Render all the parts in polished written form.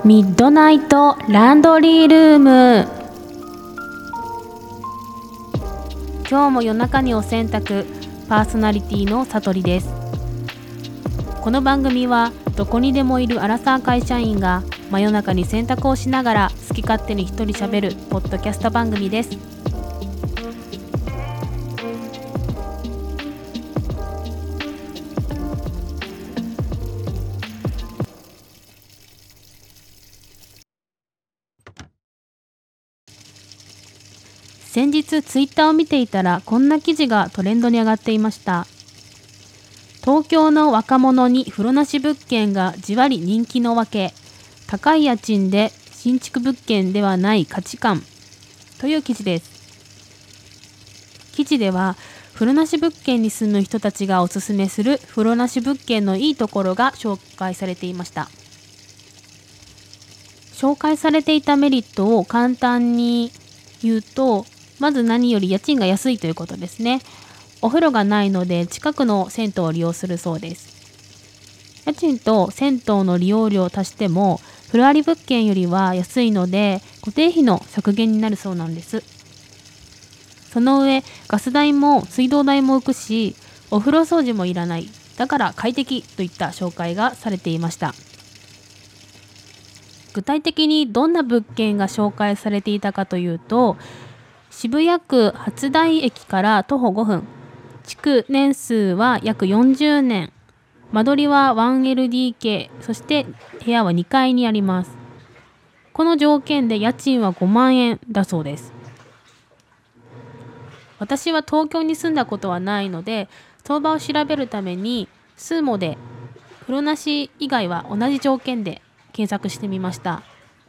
ミッドナイトランドリールーム。今日も夜中にお洗濯、パーソナリティのさとりです。この番組はどこにでもいるアラサー会社員が真夜中に洗濯をしながら好き勝手に一人喋るポッドキャスト番組です。先日ツイッターを見ていたらこんな記事がトレンドに上がっていました。東京の若者に風呂なし物件がじわり人気の訳、高い家賃で新築物件ではない価値観という記事です。記事では風呂なし物件に住む人たちがおすすめする風呂なし物件のいいところが紹介されていました。紹介されていたメリットを簡単に言うと、まず何より家賃が安いということですね。お風呂がないので近くの銭湯を利用するそうです。家賃と銭湯の利用料を足しても風呂あり物件よりは安いので固定費の削減になるそうなんです。その上ガス代も水道代も浮くし、お風呂掃除もいらない、だから快適といった紹介がされていました。具体的にどんな物件が紹介されていたかというと、渋谷区初台駅から徒歩5分、築年数は約40年、間取りは 1LDK、 そして部屋は2階にあります。この条件で家賃は5万円だそうです。私は東京に住んだことはないので、相場を調べるためにスーモで風呂なし以外は同じ条件で検索してみました。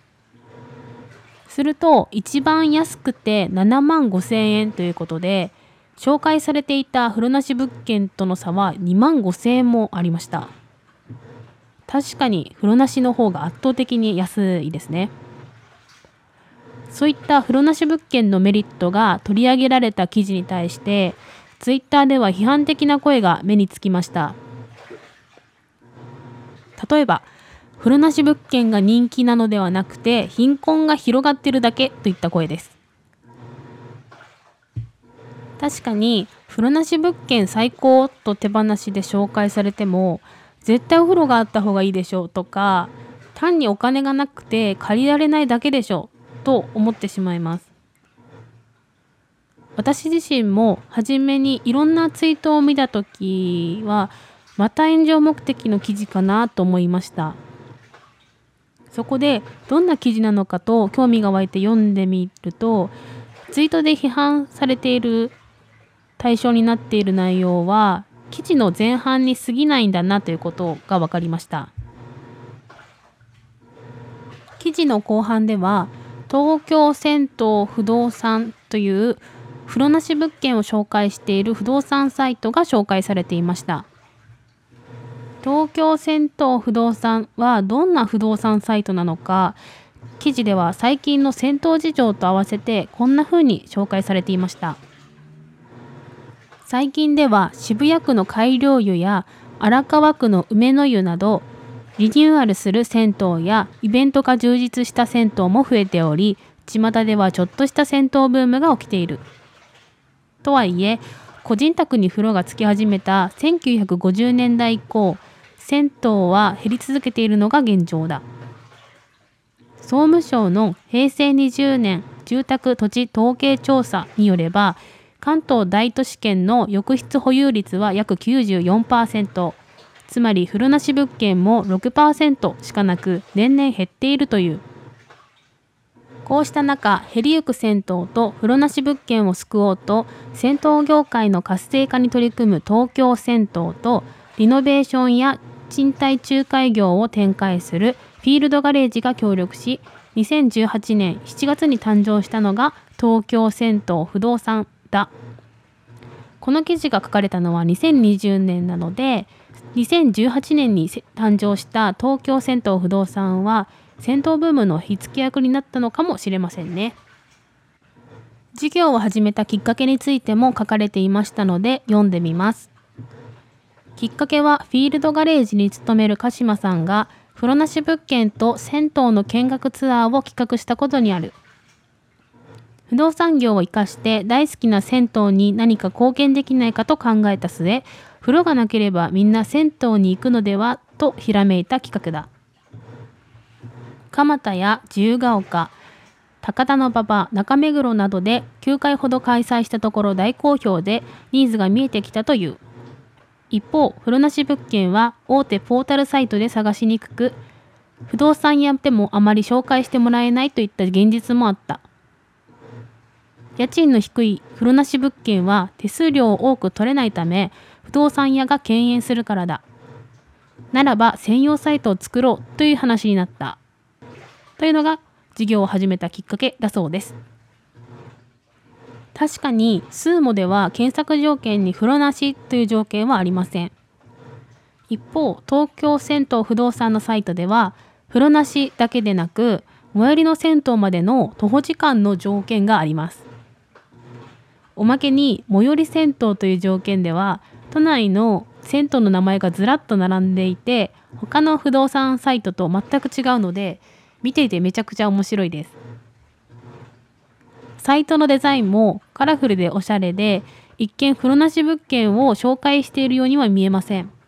すると一番安くて7万5千円ということで、紹介されていた風呂なし物件との差は2万5千円もありました。確かに風呂なしの方が圧倒的に安いですね。そういった風呂なし物件のメリットが取り上げられた記事に対してツイッターでは批判的な声が目につきました。例えば、風呂なし物件が人気なのではなくて貧困が広がっているだけといった声です。確かに風呂なし物件最高と手放しで紹介されても、絶対お風呂があった方がいいでしょうとか、単にお金がなくて借りられないだけでしょと思ってしまいます。私自身も初めにいろんなツイートを見たときは、また炎上目的の記事かなと思いました。そこでどんな記事なのかと興味が湧いて読んでみると、ツイートで批判されている対象になっている内容は記事の前半に過ぎないんだなということが分かりました。記事の後半では東京銭湯不動産という風呂なし物件を紹介している不動産サイトが紹介されていました。東京銭湯不動産はどんな不動産サイトなのか、記事では最近の銭湯事情と合わせてこんな風に紹介されていました。最近では渋谷区の改良湯や荒川区の梅の湯などリニューアルする銭湯やイベントが充実した銭湯も増えており、巷ではちょっとした銭湯ブームが起きている。とはいえ、個人宅に風呂がつき始めた1950年代以降、銭湯は減り続けているのが現状だ。総務省の平成20年住宅土地統計調査によれば、関東大都市圏の浴室保有率は約 94%、つまり風呂なし物件も 6% しかなく年々減っているという。こうした中、減りゆく銭湯と風呂なし物件を救おうと、銭湯業界の活性化に取り組む東京銭湯とリノベーションや賃貸仲介業を展開するフィールドガレージが協力し、2018年7月に誕生したのが東京銭湯不動産だ。この記事が書かれたのは2020年なので、2018年に誕生した東京銭湯不動産は銭湯ブームの火付け役になったのかもしれませんね。事業を始めたきっかけについても書かれていましたので読んでみます。きっかけはフィールドガレージに勤める鹿島さんが風呂なし物件と銭湯の見学ツアーを企画したことにある。不動産業を生かして大好きな銭湯に何か貢献できないかと考えた末、風呂がなければみんな銭湯に行くのではとひらめいた企画だ。蒲田や自由が丘、高田馬場、中目黒などで9回ほど開催したところ大好評でニーズが見えてきたという。一方、風呂なし物件は大手ポータルサイトで探しにくく、不動産屋でもあまり紹介してもらえないといった現実もあった。家賃の低い風呂なし物件は手数料を多く取れないため、不動産屋が敬遠するからだ。ならば専用サイトを作ろうという話になった。というのが事業を始めたきっかけだそうです。確かにスーモでは検索条件に風呂なしという条件はありません。一方、東京銭湯不動産のサイトでは風呂なしだけでなく、最寄りの銭湯までの徒歩時間の条件があります。おまけに最寄り銭湯という条件では都内の銭湯の名前がずらっと並んでいて、他の不動産サイトと全く違うので見ていてめちゃくちゃ面白いです。サイトのデザインもカラフルでおしゃれで、一見風呂なし物件を紹介しているようには見えません。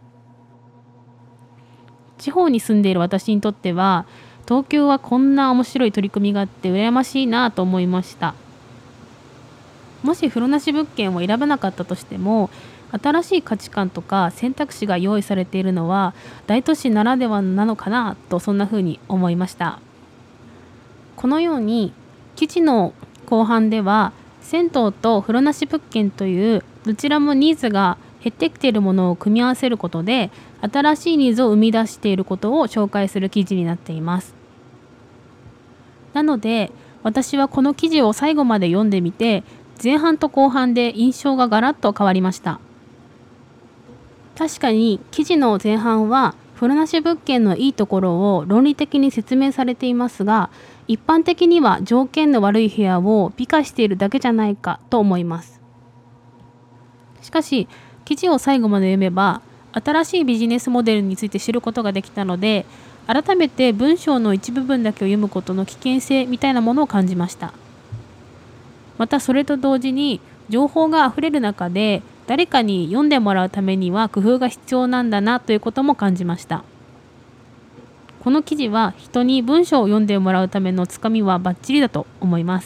地方に住んでいる私にとっては東京はこんな面白い取り組みがあって羨ましいなと思いました。もし風呂なし物件を選ばなかったとしても、新しい価値観とか選択肢が用意されているのは大都市ならではなのかなと、そんな風に思いました。このように記事の後半では銭湯と風呂なし物件というどちらもニーズが減ってきているものを組み合わせることで新しいニーズを生み出していることを紹介する記事になっています。なので私はこの記事を最後まで読んでみて、前半と後半で印象がガラッと変わりました。確かに記事の前半は風呂なし物件のいいところを論理的に説明されていますが、一般的には条件の悪い部屋を美化しているだけじゃないかと思います。しかし記事を最後まで読めば新しいビジネスモデルについて知ることができたので、改めて文章の一部分だけを読むことの危険性みたいなものを感じました。またそれと同時に情報があふれる中で誰かに読んでもらうためには工夫が必要なんだなということも感じました。この記事は人に文章を読んでもらうためのつかみはバッチリだと思います。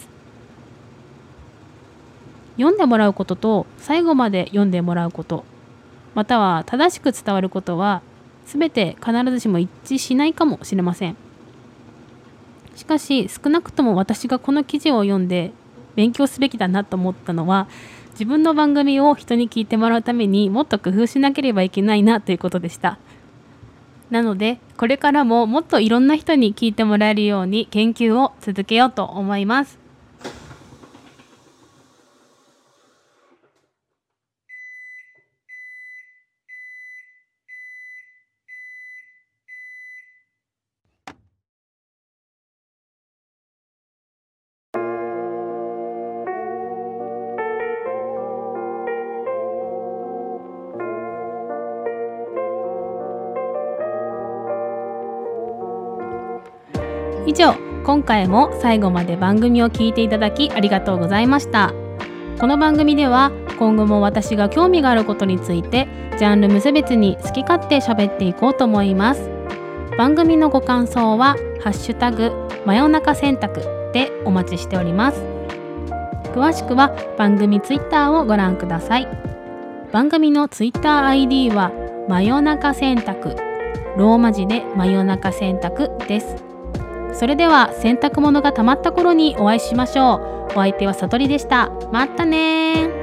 読んでもらうことと最後まで読んでもらうこと、または正しく伝わることは全て必ずしも一致しないかもしれません。しかし少なくとも私がこの記事を読んで勉強すべきだなと思ったのは、自分の番組を人に聞いてもらうためにもっと工夫しなければいけないなということでした。なのでこれからももっといろんな人に聞いてもらえるように研究を続けようと思います。以上、今回も最後まで番組を聞いていただきありがとうございました。この番組では今後も私が興味があることについてジャンル無差別に好き勝手喋っていこうと思います。番組のご感想はハッシュタグ真夜中選択でお待ちしております。詳しくは番組ツイッターをご覧ください。番組のツイッター ID は真夜中選択、ローマ字で真夜中選択です。それでは洗濯物がたまった頃にお会いしましょう。お相手はさとりでした。またね。